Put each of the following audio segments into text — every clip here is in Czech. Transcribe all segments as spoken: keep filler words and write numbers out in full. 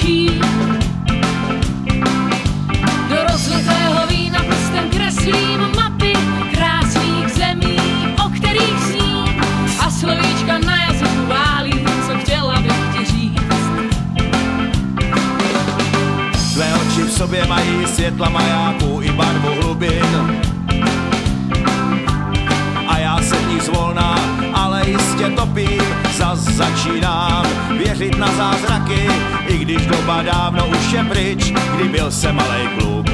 odnáší. Do rozlitého vína prstem kreslím mapy krásných zemí, o kterých sním, a slovíčka na jazyku válí, co chtěla bych ti říct. Tvé oči v sobě mají světla majáků i barvu hlubin. A já se v nich zvolna, ale jistě topím. Zas začínám věřit na zázraky, i když doba dávno už je pryč, kdy byl jsem malej kluk.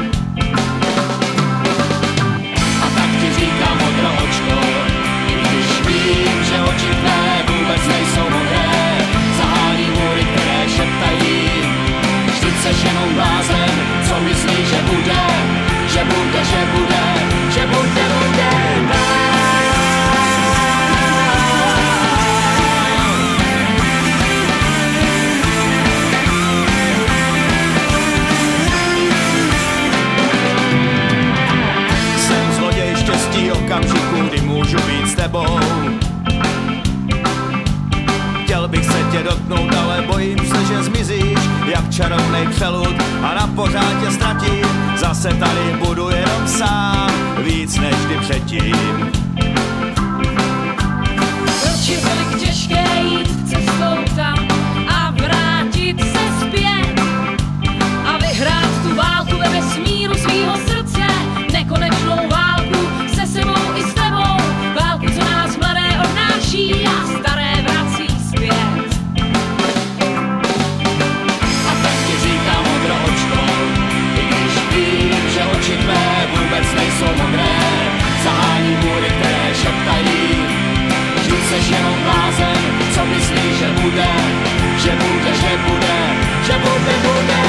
A tak ti říkám, modro očko, i když vím, že oči tvé vůbec nejsou modré, zahání můry, které šeptají. Vždyť seš jenom blázen, co myslí, že bude, že bude, že bude, že bude, bude. Okamžiku, kdy můžu být s tebou. Chtěl bych se tě dotknout, ale bojím se, že zmizíš jak čarovnej přelud a na pořád tě ztratím. Zase tady budu jenom sám, víc než kdy předtím. Proč je tolik těžké jít cestou tam a vrátit se zpět a vyhrát tu válku ve vesmíru svýho srdce, nekonečnou válku se sebou i s tebou, válku, co nás mladé odnáší a staré vrací zpět. A tak ti říkám, modro očko, i když vím, že oči tvé vůbec nejsou modré, zahání můry, které šeptají. Vždyť seš jenom blázen, co myslíš, že bude, že bude, že bude, že bude, bude.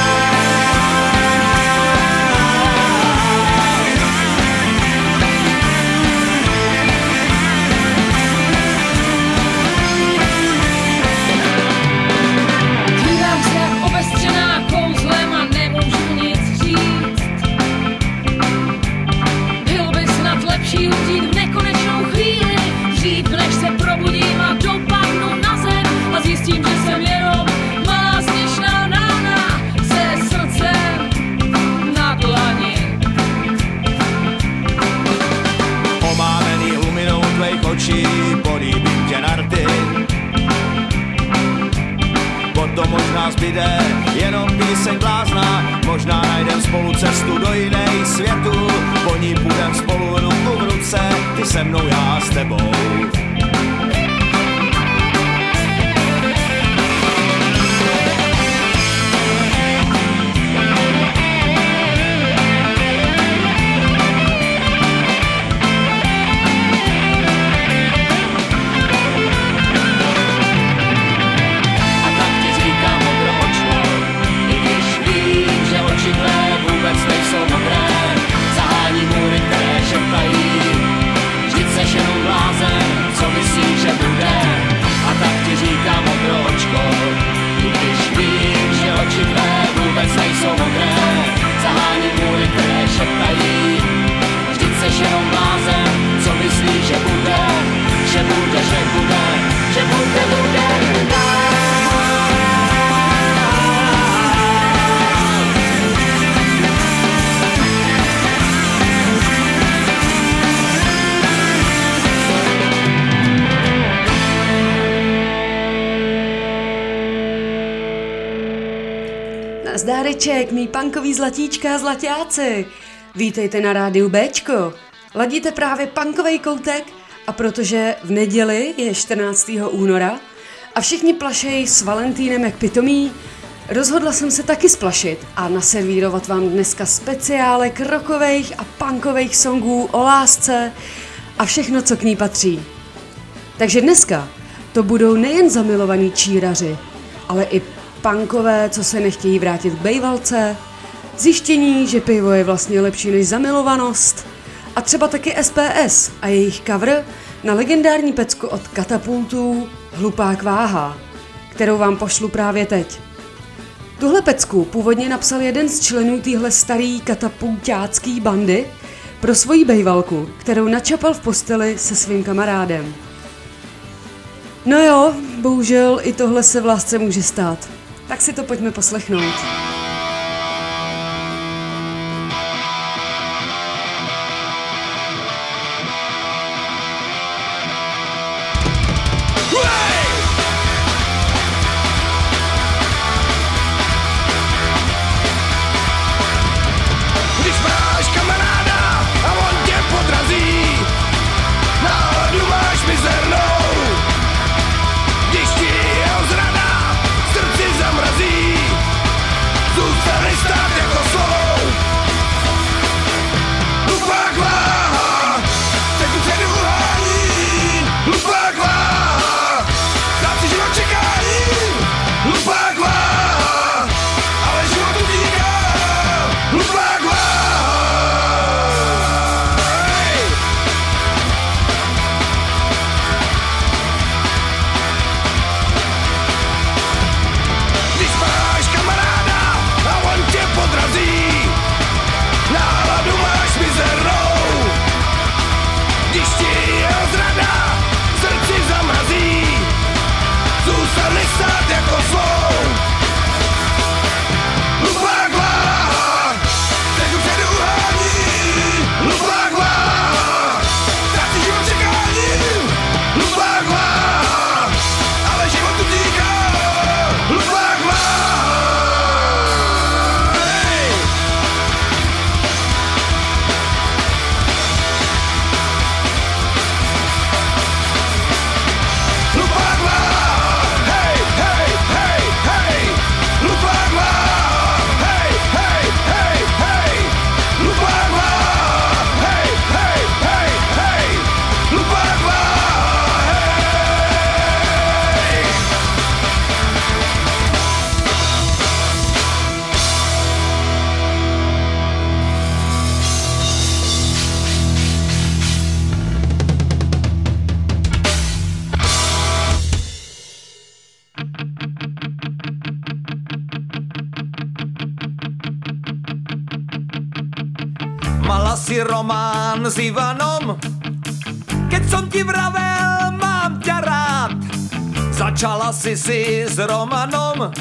Políbím tě na rty. Potom možná zbyde jenom píseň blázna, možná najdem spolu cestu do jiných světů. Po ní půjdem spolu ruku v ruce, ty se mnou, já s tebou. Nazdáreček, mý punkový zlatíčka a zlaťáci. Vítejte na rádiu Béčko. Ladíte právě punkovej koutek a protože v neděli je čtrnáctého února a všichni plašejí s Valentínem jak pitomí, rozhodla jsem se taky splašit a naservírovat vám dneska speciálek rockových a punkových songů o lásce a všechno, co k ní patří. Takže dneska to budou nejen zamilovaní číraři, ale i punkové, co se nechtějí vrátit k bejvalce, zjištění, že pivo je vlastně lepší než zamilovanost a třeba taky S P S a jejich cover na legendární pecku od Katapultů Hlupák váha, kterou vám pošlu právě teď. Tuhle pecku původně napsal jeden z členů téhle starý katapultácký bandy pro svoji bejvalku, kterou načapal v posteli se svým kamarádem. No jo, bohužel i tohle se v lásce může stát. Tak si to pojďme poslechnout. Mala si román s Ivanom, keď som ti vravel, mám ťa rád. Začala si si s Romanom,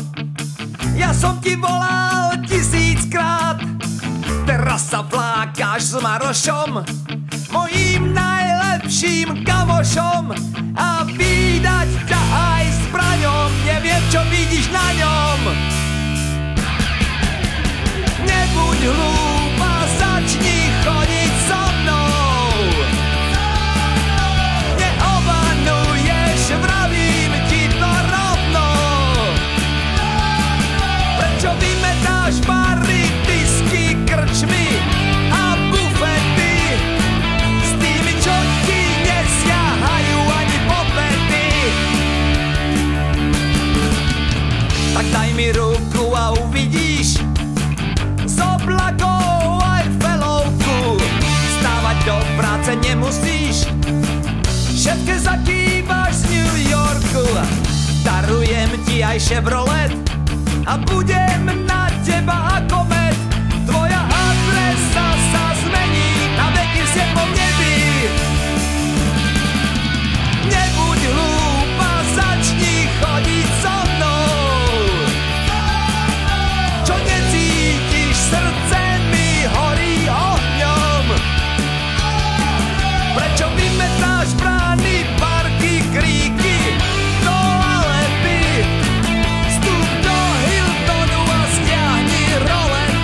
ja som ti volal tisíckrát. Teraz sa flákáš s Marošom, mojím najlepším kamošom. A vídať ťa aj s Braňom, neviem čo vidíš na ňom. Nebuď hlúpa, začni chodiť so mnou. Neovanuješ, vravím ti to rovno. Prečo vymetáš bary, whisky, krčmy a bufety s tými, čo ti nesiahajú ani po pety? Tak daj mi ruku a uvidíš z oblakov aj felovku. Stávať do práce nemusíš, všetké zakývaš z New Yorku. Darujem ti aj Chevrolet a budem na teba ako med. Tvoja adresa sa zmení na veky v siedmom nebi. Nebuď hlúpa, začni chodiť so mnou. Čo necítiš, srdce mi horí ohňom. Prečo vymetáš brány, parky, kríky, toalety? Vstup do Hiltonu a stiahni rolety.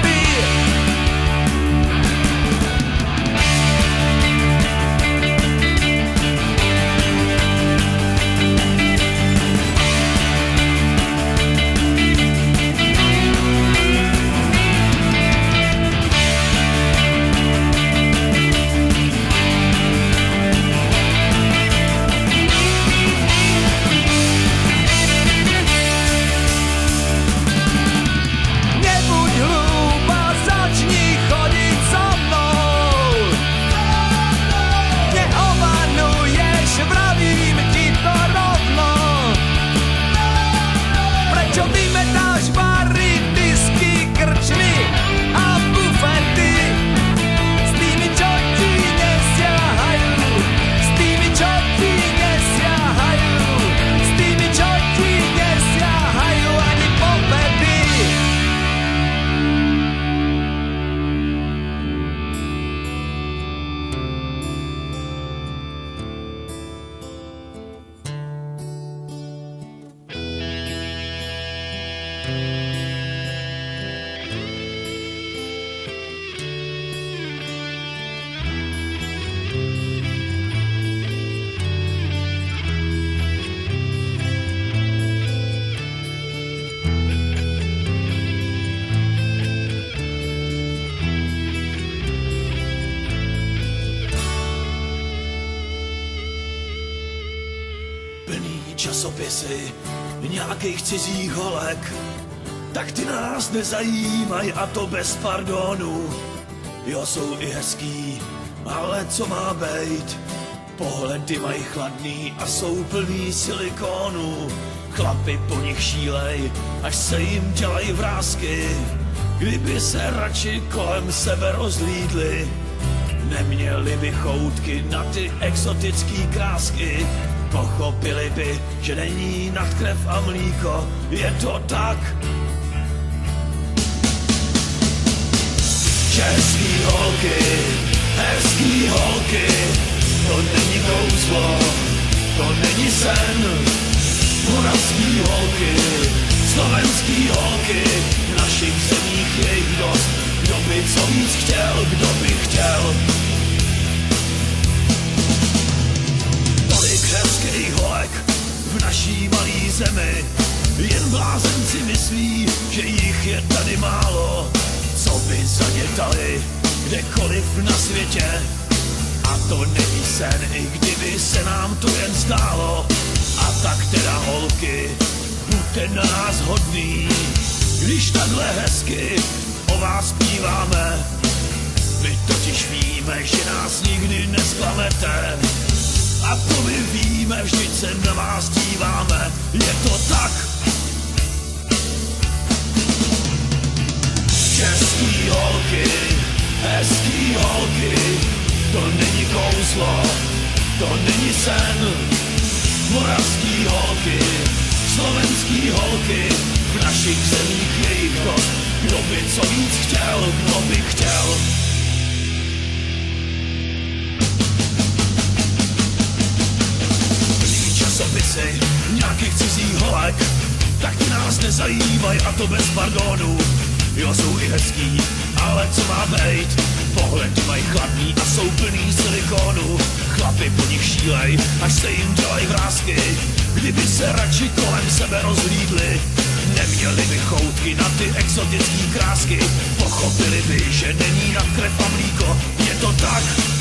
Časopisy nějakých cizích holek, tak ty nás nezajímaj a to bez pardonu. Jo, jsou i hezký, ale co má bejt? Pohledy mají chladný a jsou plný silikonu. Chlapi po nich šílej, až se jim dělají vrásky. Kdyby se radši kolem sebe rozlídli, neměli by choutky na ty exotický krásky. Pochopili by, že není nad krev a mlíko, je to tak. Český holky, hezký holky, to není kouzlo, to není sen. Moravský holky, slovenský holky, v našich zemích je jich dost. Kdo by co víc chtěl, kdo by chtěl? Hezkých holek v naší malý zemi, jen blázenci myslí, že jich je tady málo. Co by za ně dali kdekoliv na světě? A to není sen, i kdyby se nám to jen zdálo. A tak teda holky, buďte na nás hodný, když takhle hezky o vás zpíváme. My totiž víme, že nás nikdy nesklamete. A to my víme, vždyť se na vás díváme, je to tak. Český holky, hezký holky, to není kouzlo, to není sen. Moravský holky, slovenský holky, v našich zemích je jich dost. Kdo by co víc chtěl, kdo by chtěl? Časopisy nějakých cizích holek, tak ty nás nezajímaj a to bez pardonu. Jo, jsou i hezký, ale co má bejt? Pohledy mají chladný a jsou plný silikonu. Chlapi po nich šílej, až se jim dělají vrásky. Kdyby se radši kolem sebe rozhlídli, neměli by choutky na ty exotický krásky. Pochopili by, že není nad krev a mlíko, je to tak.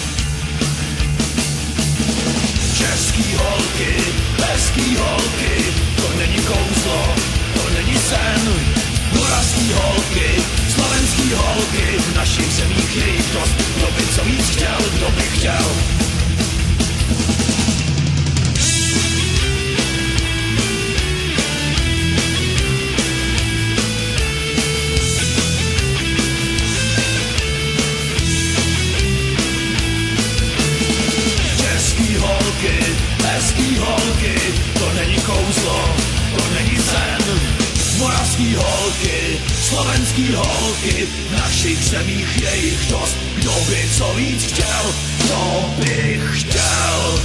Český holky, hezký holky, to není kouzlo, to není sen. Moravský holky, slovenský holky, v našich zemích je jich dost. Kdo by co víc chtěl, kdo by chtěl? Hezký holky, to není kouzlo, to není sen. Moravský holky, slovenský holky, v našich zemích je jich dost. Kdo by co víc chtěl, kdo by chtěl?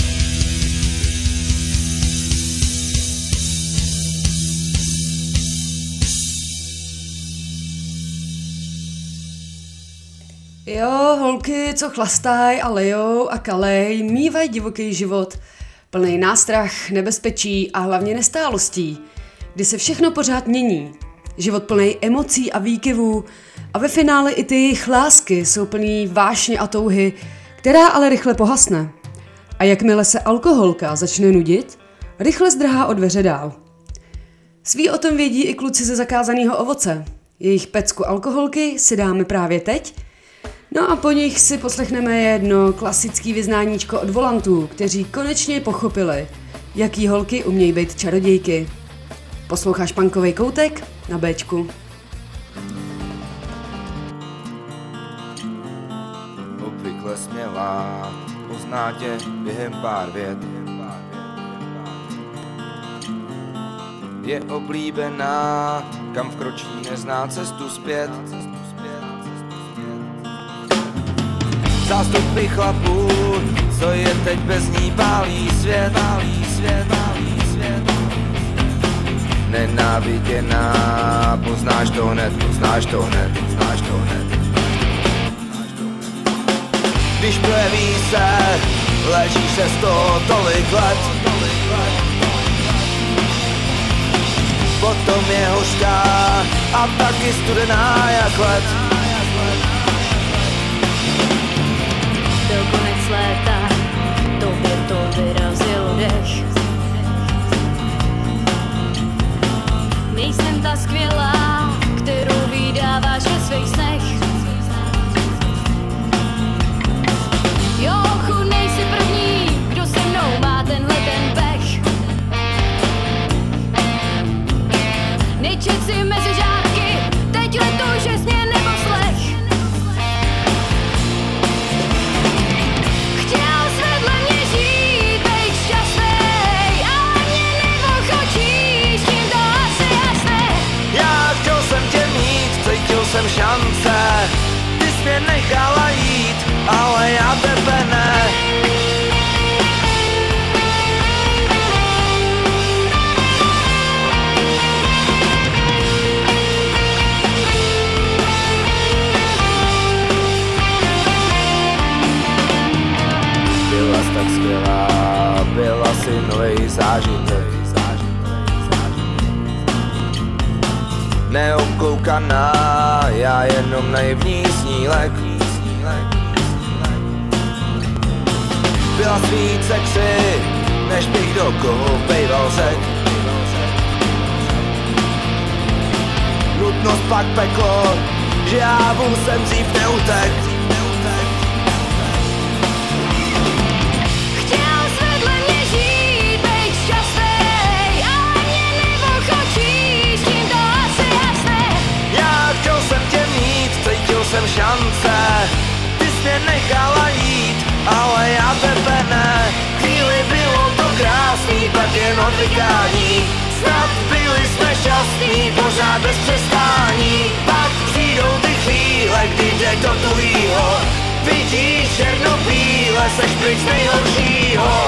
Jo, holky, co chlastají a lejou a kalej, mývají divoký život, plný nástrah, nebezpečí a hlavně nestálostí, kdy se všechno pořád mění. Život plný emocí a výkyvů a ve finále i ty jejich lásky jsou plný vášně a touhy, která ale rychle pohasne. A jakmile se alkoholka začne nudit, rychle zdrhá o dveře dál. Sví o tom vědí i kluci ze Zakázaného ovoce. Jejich pecku alkoholky si dáme právě teď. No a po nich si poslechneme jedno klasický vyznáníčko od volantů, kteří konečně pochopili, jaký holky umějí být čarodějky. Posloucháš Punkovej koutek na Béčku. Obvykle smělá, pozná tě během pár vět. Je oblíbená, kam vkročí, nezná cestu zpět. Zástupy chlapů, co je teď bez ní, pálí svět, pálí svět, pálí svět. nenáviděná. Poznáš to hned, poznáš to hned, poznáš to hned. Když projeví se, ležíš se sto tolik let. Potom je hořká a taky studená jak led. Byl konec léta, tobě to vyrazilo dech. Nejsem ta skvělá, kterou vydáváš ve svých snech. Jo, chu, nejsi první, kdo se mnou má tenhle ten pech. Nejčet si mezi žádky, teď letuj, že sně neposlech. Chtěl jsi vedle mě žít, bejt šťastnej, ale mě neochočíš, tím to asi jasné. Já chtěl jsem tě mít, cítil jsem šance. Ty jsi mě nechala jít, ale já tebe ne. Byla jsi tak skvělá, byla si novej zážitek. Neobkoukaná, já jenom naivní snílek. Byla jsi víc sexy, než bych do koho bejval řek. Nutnost pak peklo, že já vůl jsem dřív neutek. Chtěl jsi vedle mě žít, bejt šťastnej, ale mě neochočíš, tím to asi jasné. Já chtěl jsem tě mít, cítil jsem šance. Ty jsi mě nechala jít, ale já tebe ne. Chvíli bylo to krásný, pak jen odvykání. Snad byli jsme šťastní, pořád bez přestání. Pak přijdou ty chvíle, kdy jde do tuhýho. Vidíš černobíle, seš pryč nejhoršího.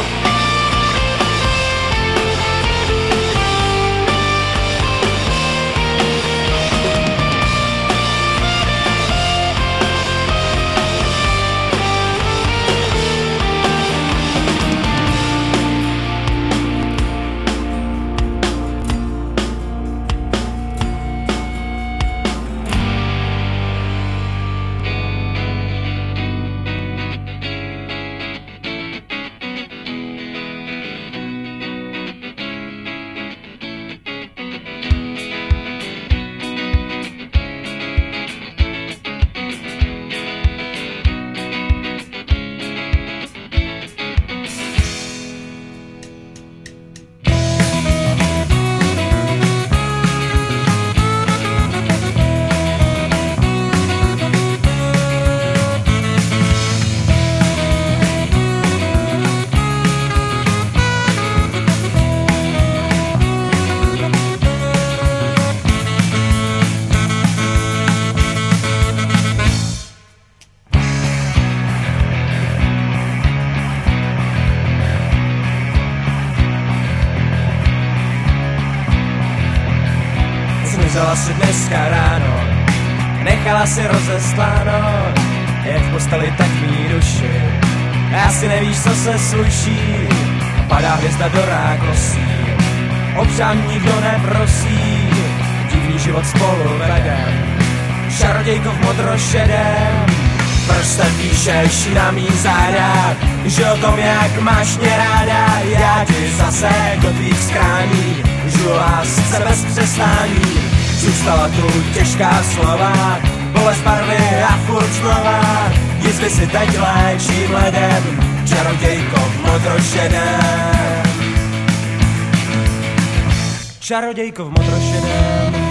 Vzala si dneska ráno, nechala si rozesláno, jak v posteli, tak mý duši. A asi nevíš, co se sluší, padá hvězda do rákosí. Obřán nikdo neprosí, divný život spolu vedem. Čarodějko v modrošedém, prstem píšeš na mý záda, že o tom, jak máš mě ráda. Já ti zase do tvých skrání, žiju lásce bez přestání. Zůstala tu těžká slova, bolest barvy a furt znova. Jizvy si teď léčím ledem, čarodějko v modrošedém. Čarodějko v modrošedém.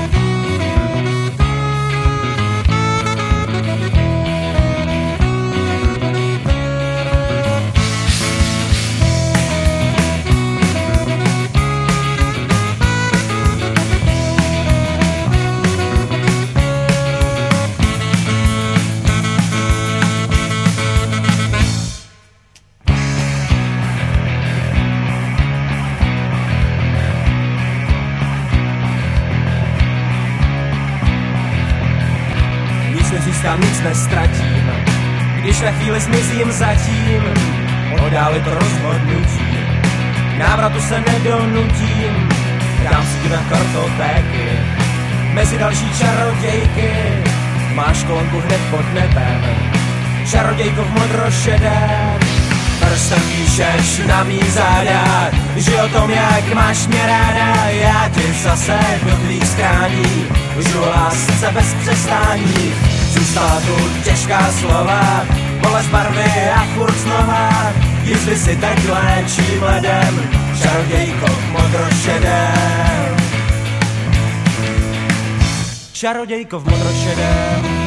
říkám, nic nestratím, když na chvíli zmizím zatím, oddálit to rozhodnutí. K návratu se nedonutím, dám si na kartotéky, mezi další čarodějky. Máš kolonku hned pod nebem, čarodějko v modrošedém. Prstem píšeš na mý záda, že o tom, jak máš mě ráda. Já ti zase do tvých skrání žiju lásce bez přestání. Zůstala tu těžká slova, bolest barvy a furt znova. Jestli si teď léčím ledem, čarodějko v modrošedém. Čarodějko v modrošedém.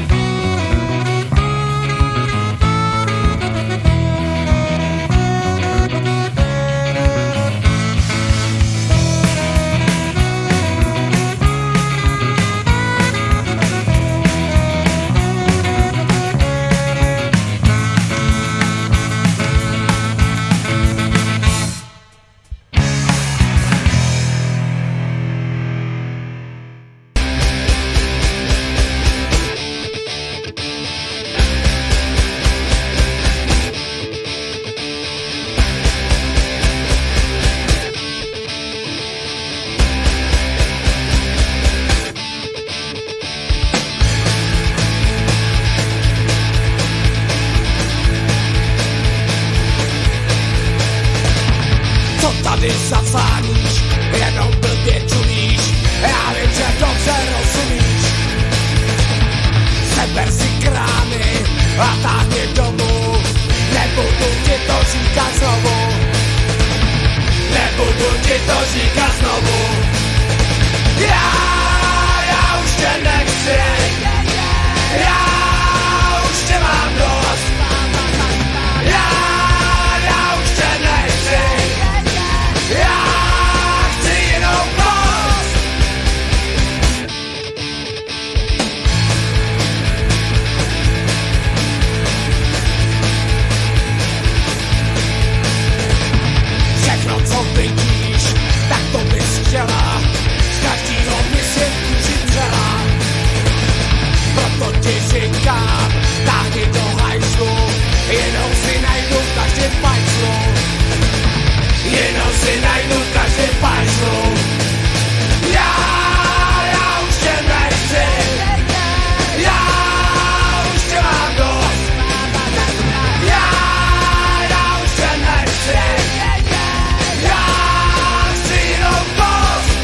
Tady zacáníš, jenom blbě čumíš, já vím, že dobře rozumíš. Seber si krámy a táhni domů, nebudu ti to říkat znovu. Nebudu ti to říkat znovu. Já, já už tě nechci, já už tě mám dost. Já, já už tě nechci. Já chci jinou kost. Všechno, co vidíš, tak to bys chtěla. Z každýho by si kůži dřela. Proto ti říkám, táhni do hajzlu, jinou si najdu v každém fajzlu. Jenom si najdu v každém pajzlu. Já, já už tě nechci. Já už tě mám dost. Já, já už tě nechci. Já chci jinou kost.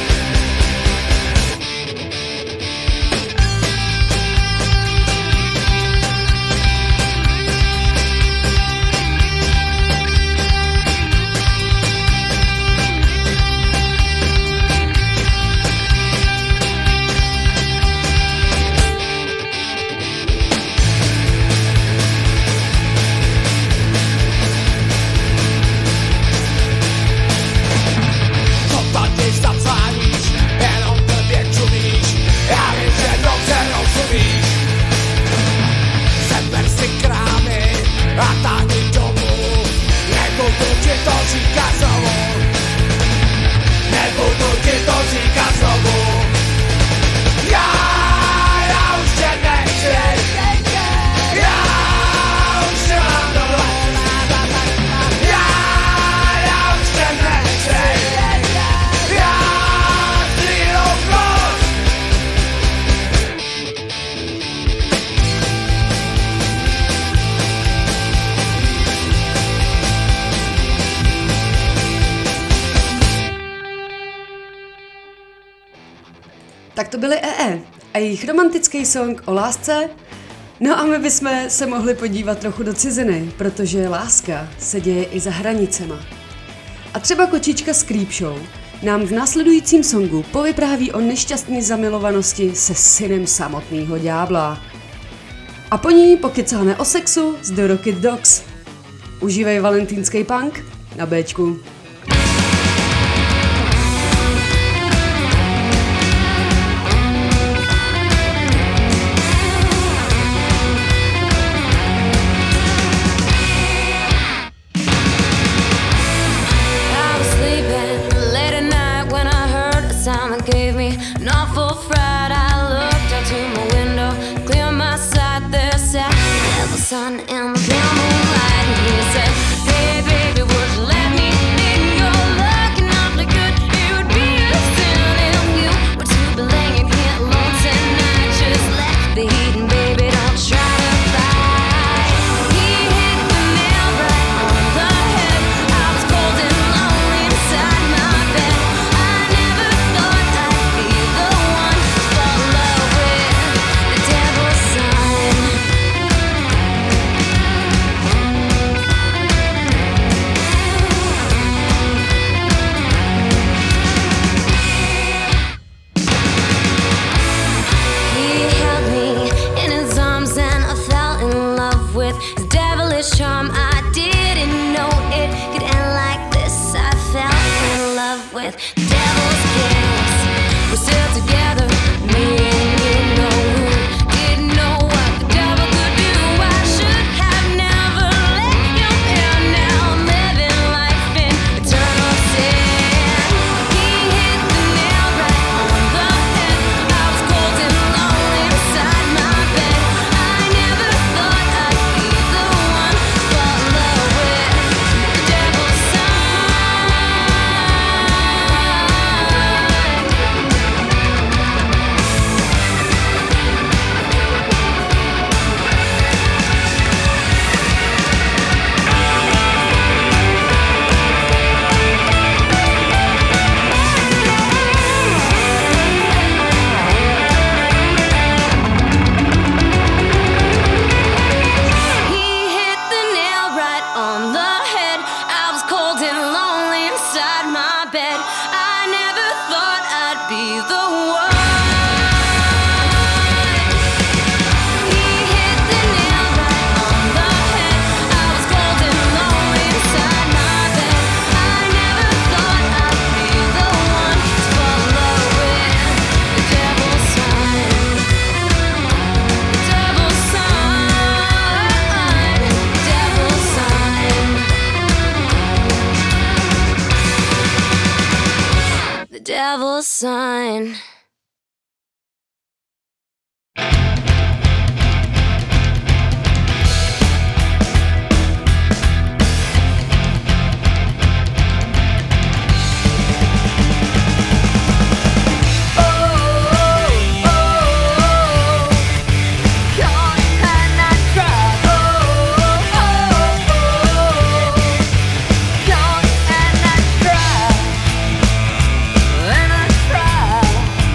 Tak to byly E E a jejich romantický song o lásce. No a my bychom se mohli podívat trochu do ciziny, protože láska se děje i za hranicema. A třeba kočička z Creep Show nám v následujícím songu povypráví o nešťastné zamilovanosti se synem samotného ďábla. A po ní pokecáme o sexu z The Rocket Dogs. Užívej valentýnský punk na Béčku. Gave me an awful fright. I looked out to my window, clear my sight. There sun and the pale moonlight. And he said, hey baby, would you let me in? You're looking awfully good. It would be a sin if you were to be laying here alone tonight. Just let the heat and baby, don't try to fight. He hit the nail right on the head. I was cold and lonely inside my bed. I never thought I'd be the one to fall in love with the devil's son. He held me in his arms and I fell in love with his devilish charm. I didn't know it could end like this. I fell in love with the devil's kiss. We're still together, me and you know who didn't know what the devil could do. I should have never let you in. Now I'm living life in eternal sin. He hit the nail right on the head. I was cold and lonely inside my bed. I never thought I'd be the one to fall in love with the devil's son. He hit the nail right on the head. I was cold and lonely inside my bed. I never thought I'd be the one. He hit the nail right on the head. I was cold and lonely inside my bed. I never thought I'd be the one to fall in love with the devil's son. The devil's son. Devil's son. The devil's son. And I cry,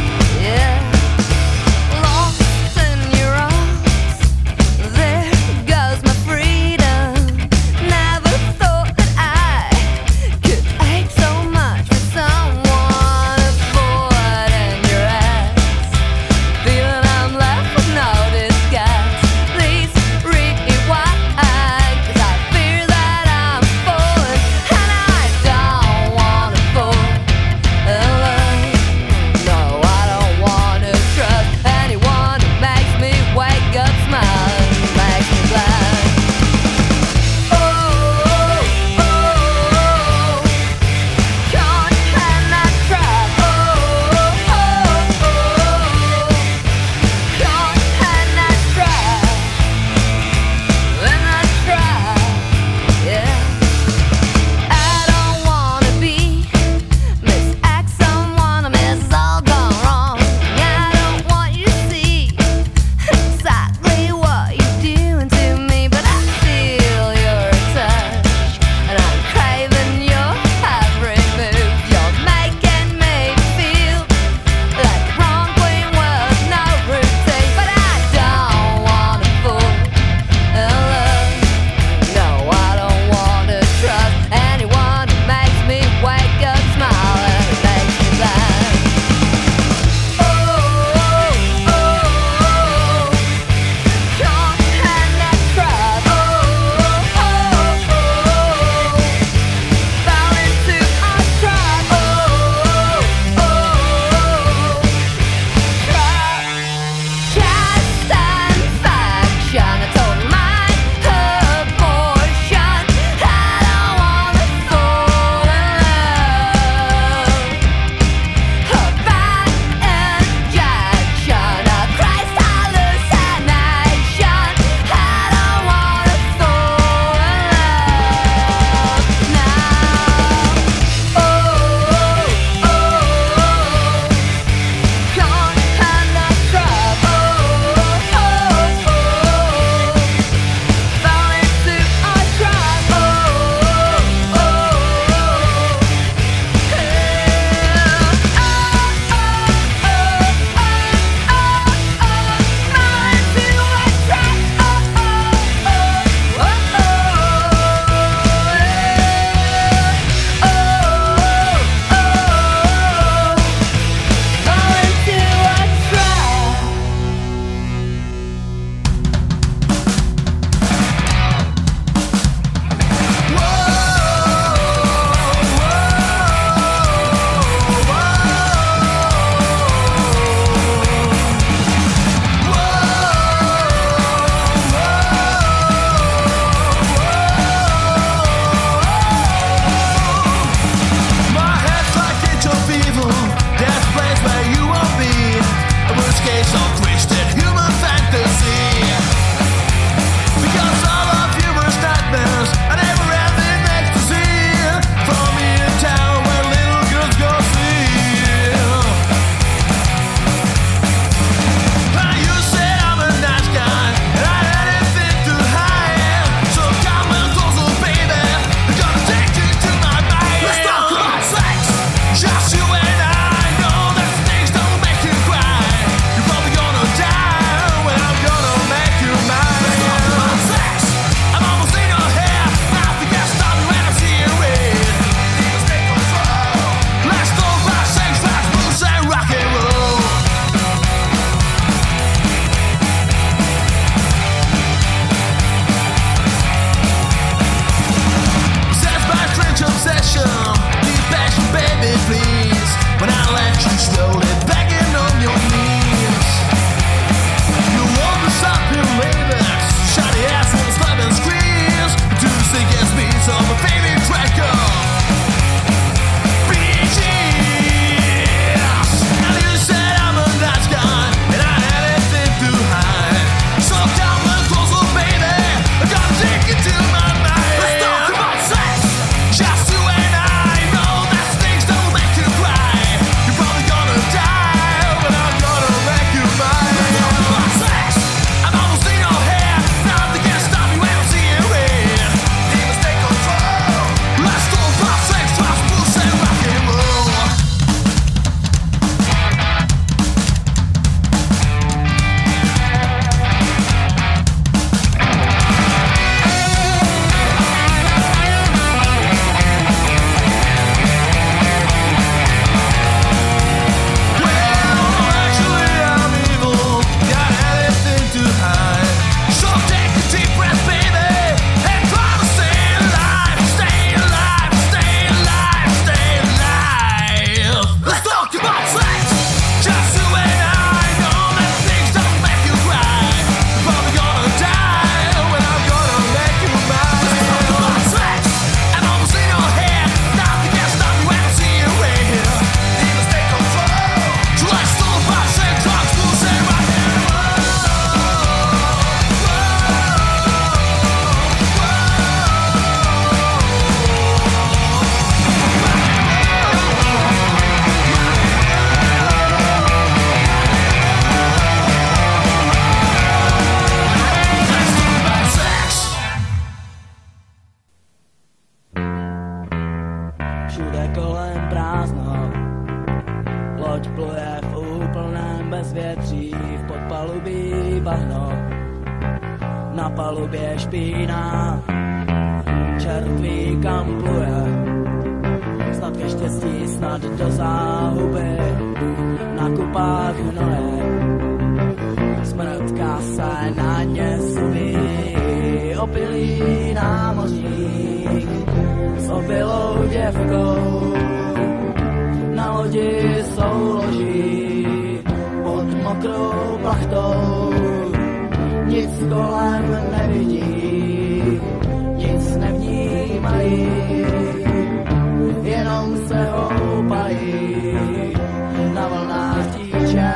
pluje v úplném bezvětří, v podpalubí bahno, na palubě špína, čert ví kam pluje, snad ke štěstí, snad do záhuby, na kupách hnoje, smrtka se na ně subí, opilý námořník s opilou děvkou, na lodi souloží pod mokrou plachtou, nic kolem nevidí, nic nevnímají, jenom se houpají na vlnách tíče.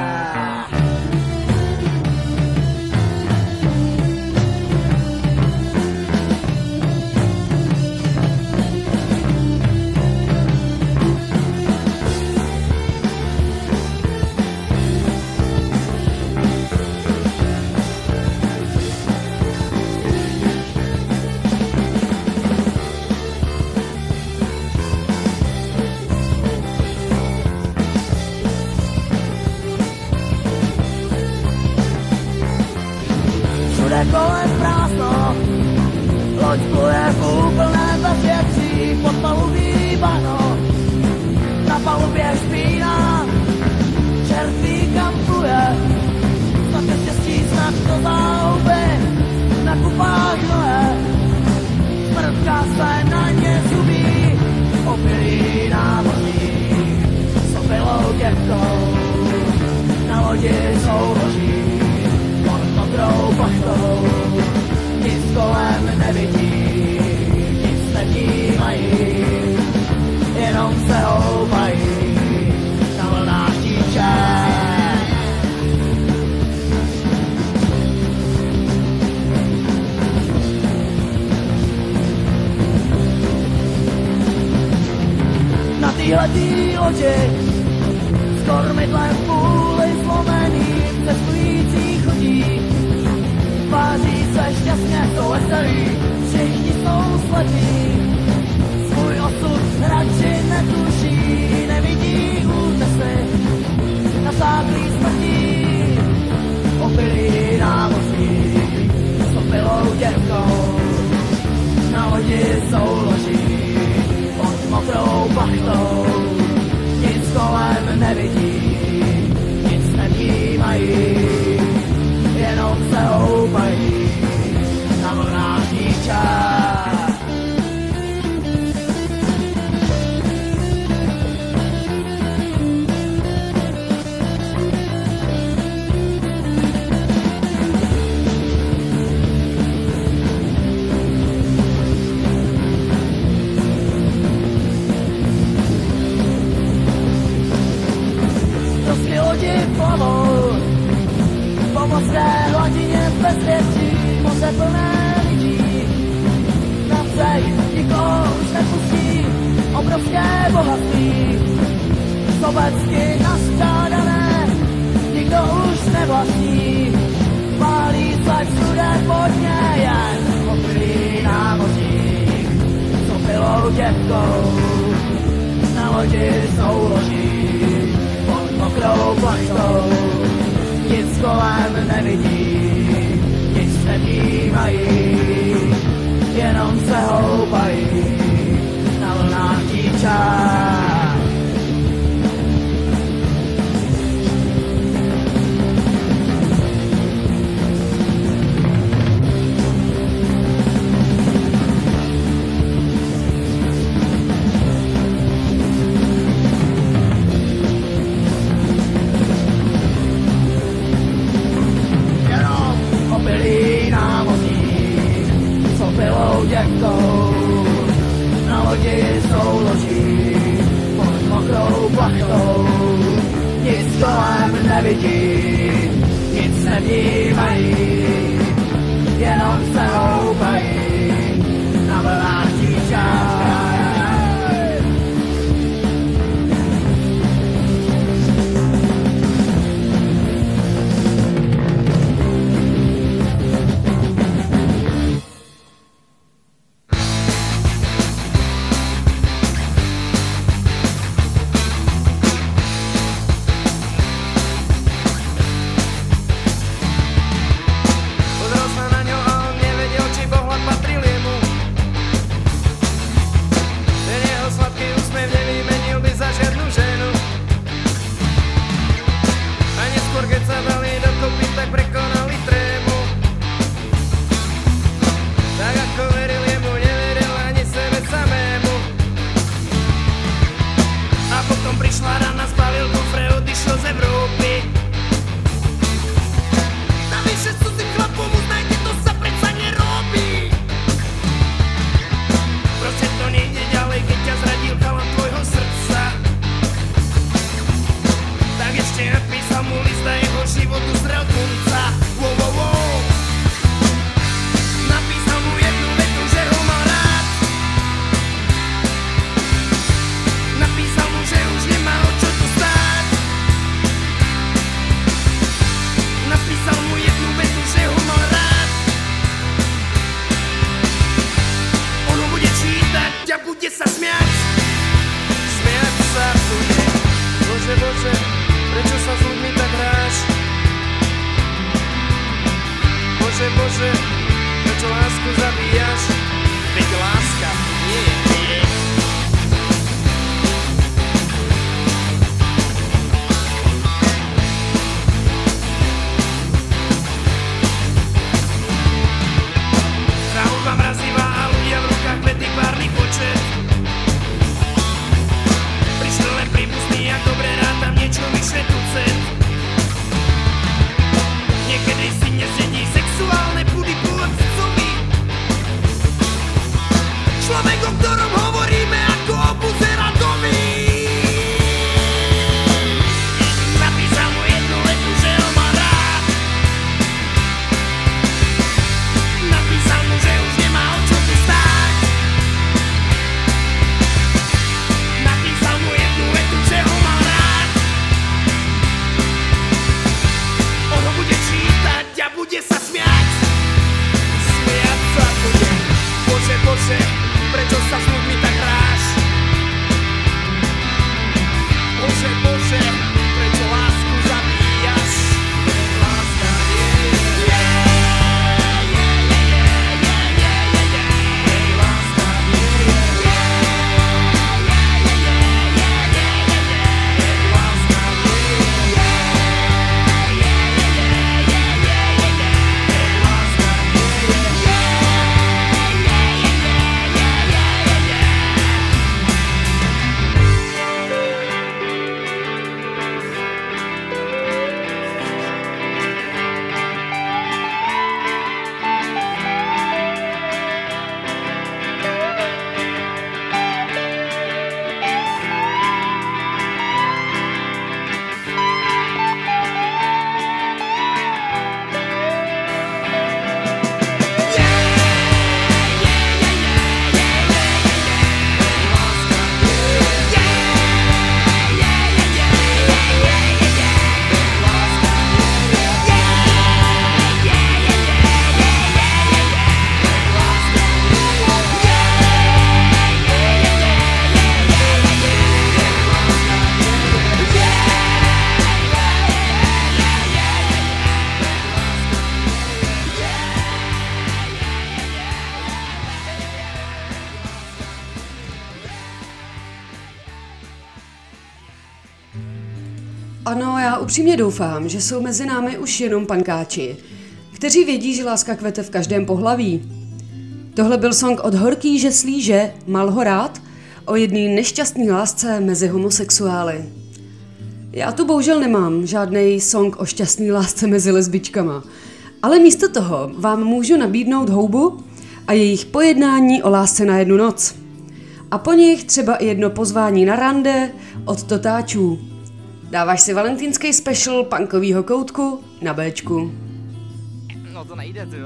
Kolem prázdno, loď pluje v úplném bezvětří, pod palubí bahno, na palubě špína, čert ví kam pluje, snad ke štěstí, snad do záhuby, na kupách hnoje, smrtka se na ně zubí, opilý námořník s opilou děvkou, na lodi souloží mokrou plachtou, nic kolem nevidí, nic nevnímají, jenom se houpají na vlnách tíče. Na téhletý lodi s kormidlem v půli zlomeným cestující chodí, tváří se šťastně, jsou veselí, všichni jsou slepí, svůj osud radši netuší, nevidí útesy na sáklý smrtí, opilý námořník s opilou děvkou, na lodi souloží pod mokrou plachtou, nic kolem nevidí, nic nevnímají, jenom se houpají na vlnách tíče. Trosky lodi plavou po mořské hladině v bezvětří, moře plné lidí, na přejít nikoho už nepustí, obrovské bohatství, sobecky nastřádané, nikdo už nevlastní, pálí se všude pod ně jen opilý námořník s opilou děvkou, na lodi souloží pod mokrou plachtou, nic kolem nevidí, nic nevnímají, jenom se houpají na vlnách tíče. Děvkou, na lodi souloží že napísal mu list a jeho životu zrel konca. Wow, wow, wow. Napísal mu jednu větu, že ho má rád. Napísal mu, že už nemá o čo to stát. Napísal mu jednu větu, že ho má rád. On ho bude čítať a bude sa smiať. Smiať sa bude. Bože, Bože, prečo sa s ľuďmi tak hráš? Bože, Bože, prečo lásku zabíjaš? Veď láska nie je hriech. Záhudba mrazivá a ľudia v rukách kvety párny počet. Prišli len prípustný a dobre rátam niečo vyššie tucet. Niekedy si nezjedí sexuálne pudy pôvodcovi. Človek, o ktorom hovoríme ako o buzeradovi. Napísal mu jednu vetu, že ho má rád. Napísal mu, že už nemá o čo tu stáť. Napísal mu jednu vetu, že ho má rád. On ho bude čítať a bude sa smiať. Smiať sa bude. Bože, Bože, prečo sa s ľuďmi tak hráš? Bože, Bože, prečo lásku zabíjaš? Láska nie je hriech. Láska nie je Ano, já upřímně doufám, že jsou mezi námi už jenom pankáči, kteří vědí, že láska kvete v každém pohlaví. Tohle byl song od Horký že slíže, Mal ho rád, o jedné nešťastné lásce mezi homosexuály. Já tu bohužel nemám žádnej song o šťastné lásce mezi lesbičkama, ale místo toho vám můžu nabídnout Houbu a jejich pojednání o lásce na jednu noc. A po nich třeba i jedno pozvání na rande od Totáčů. Dáváš si valentýnský special punkovýho koutku na Béčku. No to nejde, ty.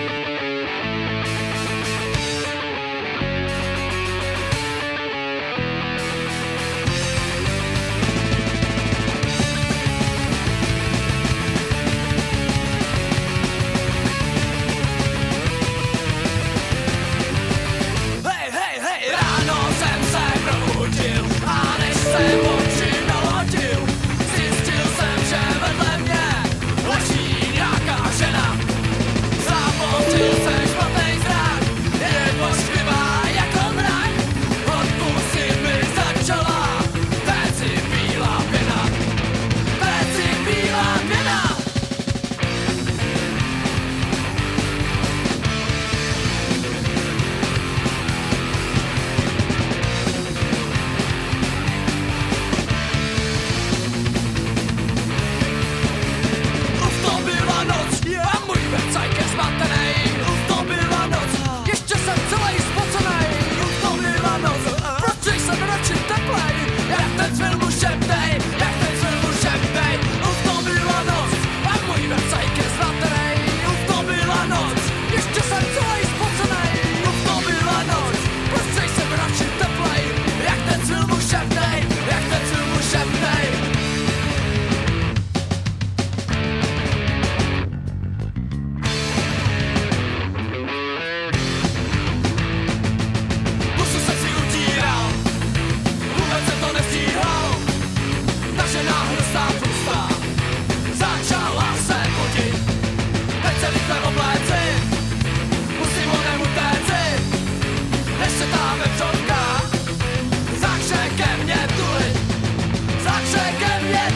Hej, hej, hej, ráno jsem se probudil a než jsem oči naložil, zjistil jsem, že vedle mě leží nějaká žena. Zapomněl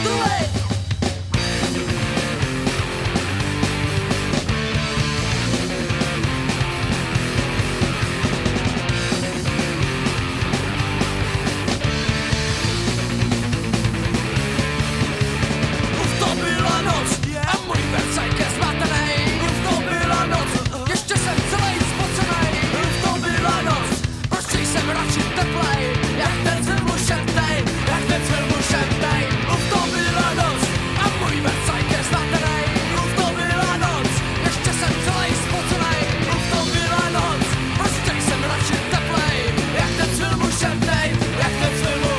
druhej. Už to byla noc a můj Versailles je zmatenej. Už to byla noc, ještě jsem celý spocenej. Už to byla noc, prostě jsem radši teplej. Jak ten z filmu šentej, jak ten z filmu šentej. Už to byla noc a můj Versailles je zmatenej. Už to byla noc, ještě jsem celý spocenej. Už to byla noc, prostě jsem radši teplej. Jak ten z filmu šentej, jak ten z filmu.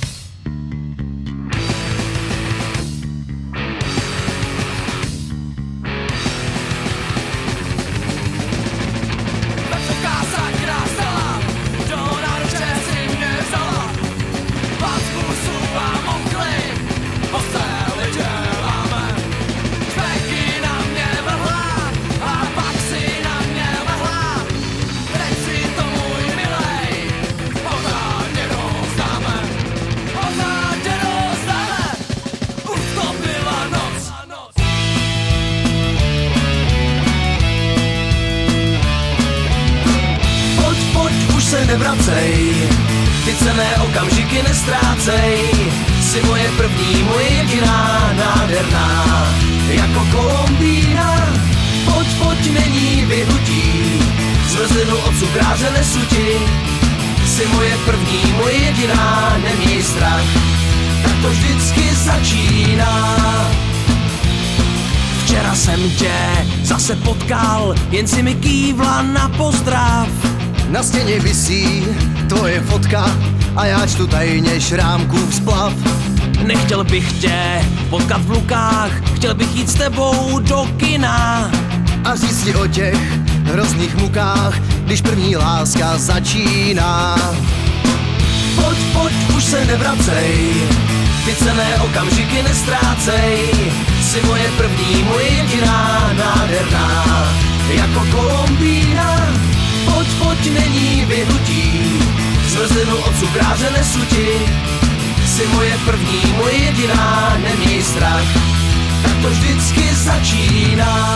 Vecovká sakra stala, do náruče si mě vzala. Pásku slupám okly, posteli děláme. Švejky na mě vrhla a pak si na mě lehla. Teď si to můj milej, pořádně rozdáme. Pořádně rozdáme, už to byla noc. Pojď, pojď, už se nevracej, ty cenné okamžiky nestrácej. Jsi moje první, moje jediná, nádherná, jako Kolumbína. Pojď, pojď, není vyhnutí, zmrzlinu od cukráře nesu ti. Jsi moje první, moje jediná, neměj strach, tak to vždycky začíná. Včera jsem tě zase potkal, jen si mi kývla na pozdrav. Na stěně visí tvoje fotka a já čtu tajně Šrámkův splav. Nechtěl bych tě potkat v Lukách, chtěl bych jít s tebou do kina. A říct ti o těch hrozných mukách, když první láska začíná. Pojď, pojď, už se nevracej, ty cenné okamžiky nestrácej. Jsi moje první, moje jediná, nádherná, jako Kolumbína. Pojď, pojď, není vyhnutí, zmrzlinu od cukráře nesu ti. Jsi moje první, moje jediná, neměj strach, tak to vždycky začíná.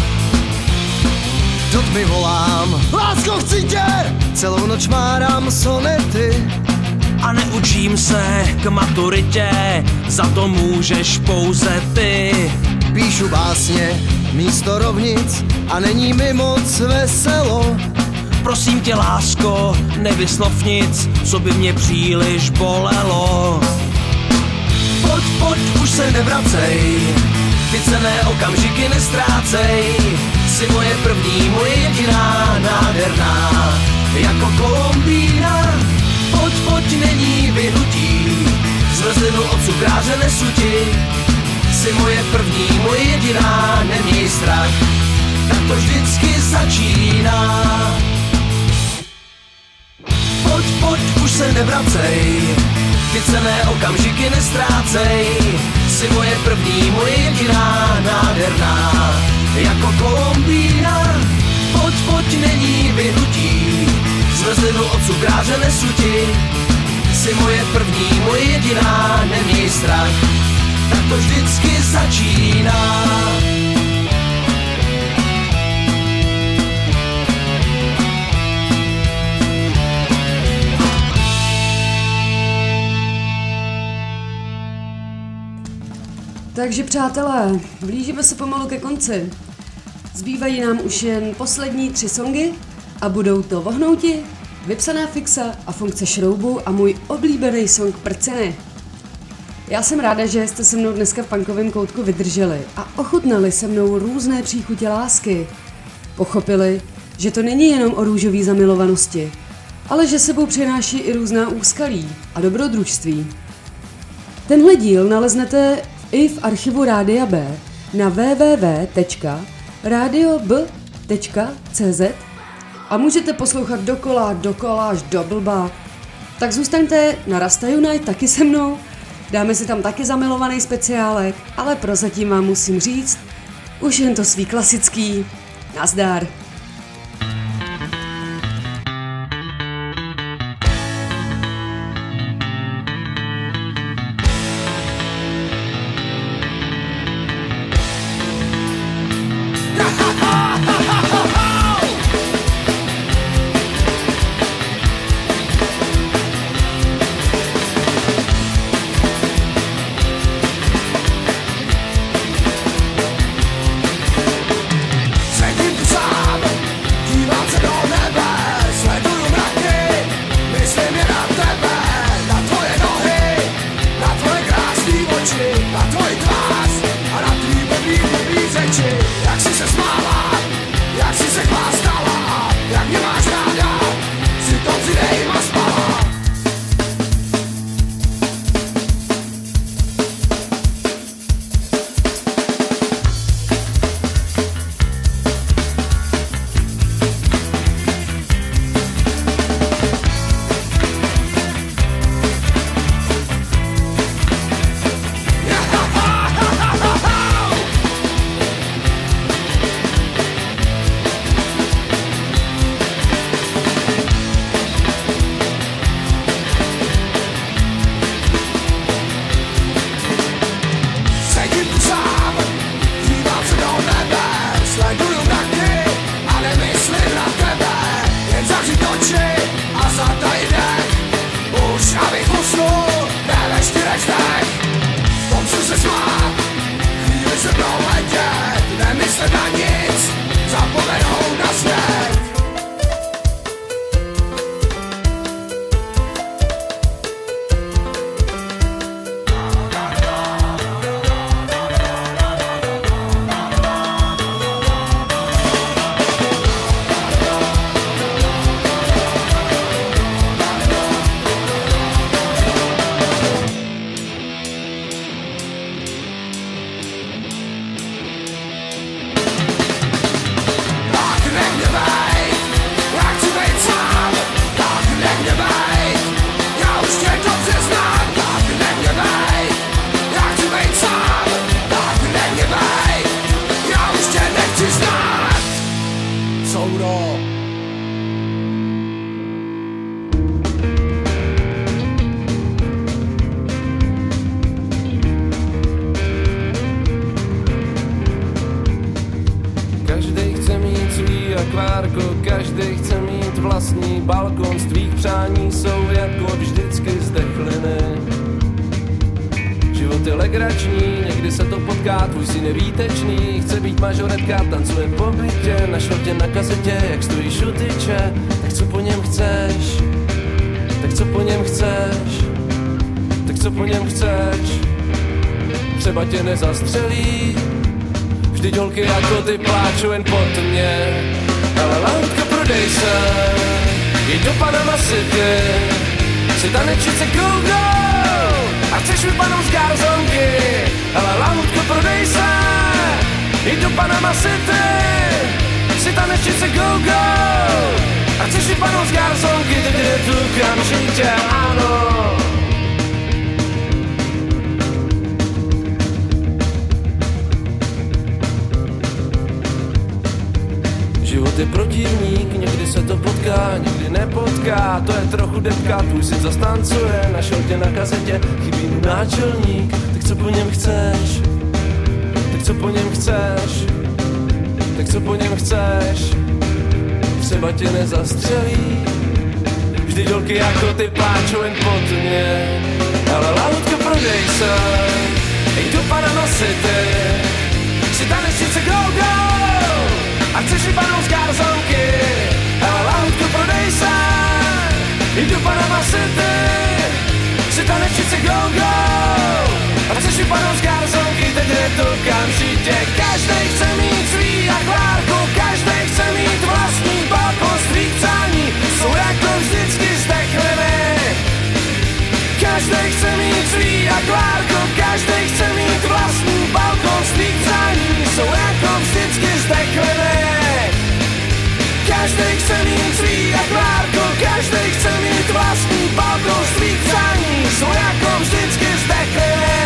Do tmy volám, lásko chci tě, celou noc márám sonety. A neučím se k maturitě, za to můžeš pouze ty. Píšu básně místo rovnic a není mi moc veselo. Prosím tě, lásko, nevyslov nic, co by mě příliš bolelo. Pojď, pojď, už se nevracej, ty cenné okamžiky nestrácej. Jsi moje první, moje jediná, nádherná, jako Kolumbína. Pojď, pojď, není vyhnutí, zmrzlinu od cukráře nesu ti. Jsi moje první, moje jediná, neměj strach, tak to vždycky začíná. Pojď, pojď, už se nevracej, ty cenné okamžiky nestrácej. Jsi moje první, moje jediná, nádherná, jako Kolumbína. Pojď, pojď, není vyhnutí, zmrzlinu od cukráře nesu ti. Jsi moje první, moje jediná, neměj strach, tak to vždycky začíná. Takže přátelé, blížíme se pomalu ke konci. Zbývají nám už jen poslední tři songy a budou to Vohnouti, Vypsaná fixa a Funkce šroubů a můj oblíbený song Prceny. Já jsem ráda, že jste se mnou dneska v punkovém koutku vydrželi a ochutnali se mnou různé příchutě lásky. Pochopili, že to není jenom o růžové zamilovanosti, ale že sebou přináší i různá úskalí a dobrodružství. Tenhle díl naleznete i v archivu Rádia B na w w w tečka radio b tečka c z a můžete poslouchat dokola, dokola až do blba. Tak zůstaňte na Rasta Unite taky se mnou, dáme si tam taky zamilovaný speciálek, ale prozatím vám musím říct, už jen to svý klasický. Nazdar. akvárko, každý chce mít vlastní balkon, z tvých přání jsou jako vždycky zdechliny. Život je legrační, někdy se to potká, tvůj syn je výtečný, chce být mažoretka, tancuje po bytě, našel tě na kazetě, jak stojíš u tyče, tak co po něm chceš, tak co po něm chceš, tak co po něm chceš, třeba tě nezastřelí, vždyť holky jako ty pláčou jen po tmě, ale lautko prodej se, jeď do Panama City, si tanečice go go, a chceš vypadnout z garzonky, ale lautko prodej se, jeď do Panama City, si tanečice go go, a chceš vypadnout z garzonky, teď je tu kamžitě, ano. Život je protivník, někdy se to potká, někdy nepotká, to je trochu depka, tvůj syn zastancuje, našel tě na kazetě, chybí mu náčelník, tak co po něm chceš, tak co po něm chceš, tak co po něm chceš, třeba tě nezastřelí, vždyť holky jako ty pláčou jen po tmě, ale lautko prodej se, ej do Panama City, si tanečice go go, a chceš vypadnout z garzonky, ale lautko prodej se, jď do Panama City, si tanečice go go, a chceš vypadnout z garzonky, teď je to kamžitě, každej chce mít svý akvárko, každej chce mít vlastní balkon, z tvých přání jsou jako vždycky zdechliny. Každej chce mít svý akvárko, každej chce mít vlastní balkon, z tvých přání jsou jako vždycky zdechliny. Každej chce mít svý akvárko, každej chce mít vlastní balkon, z tvých přání jsou jako vždycky zdechliny.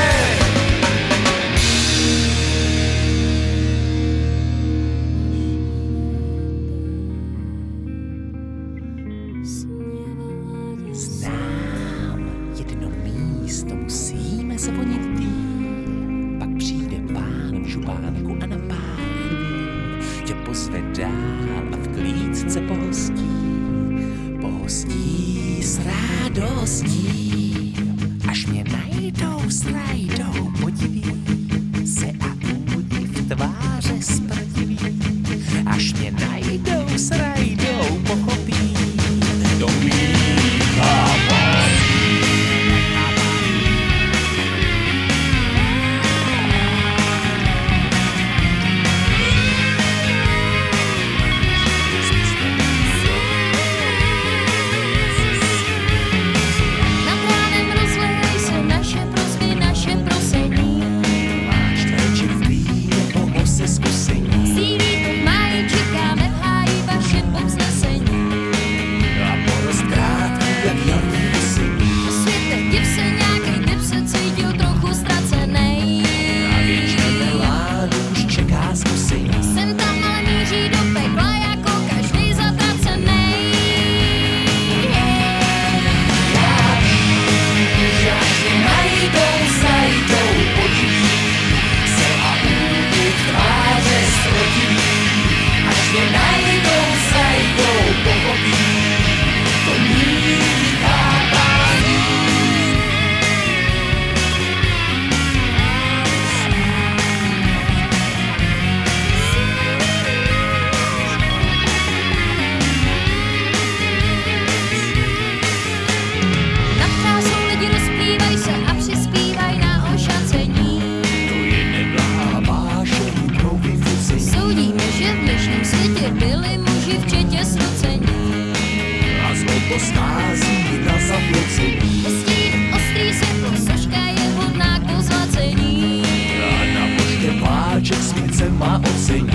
Má ocení.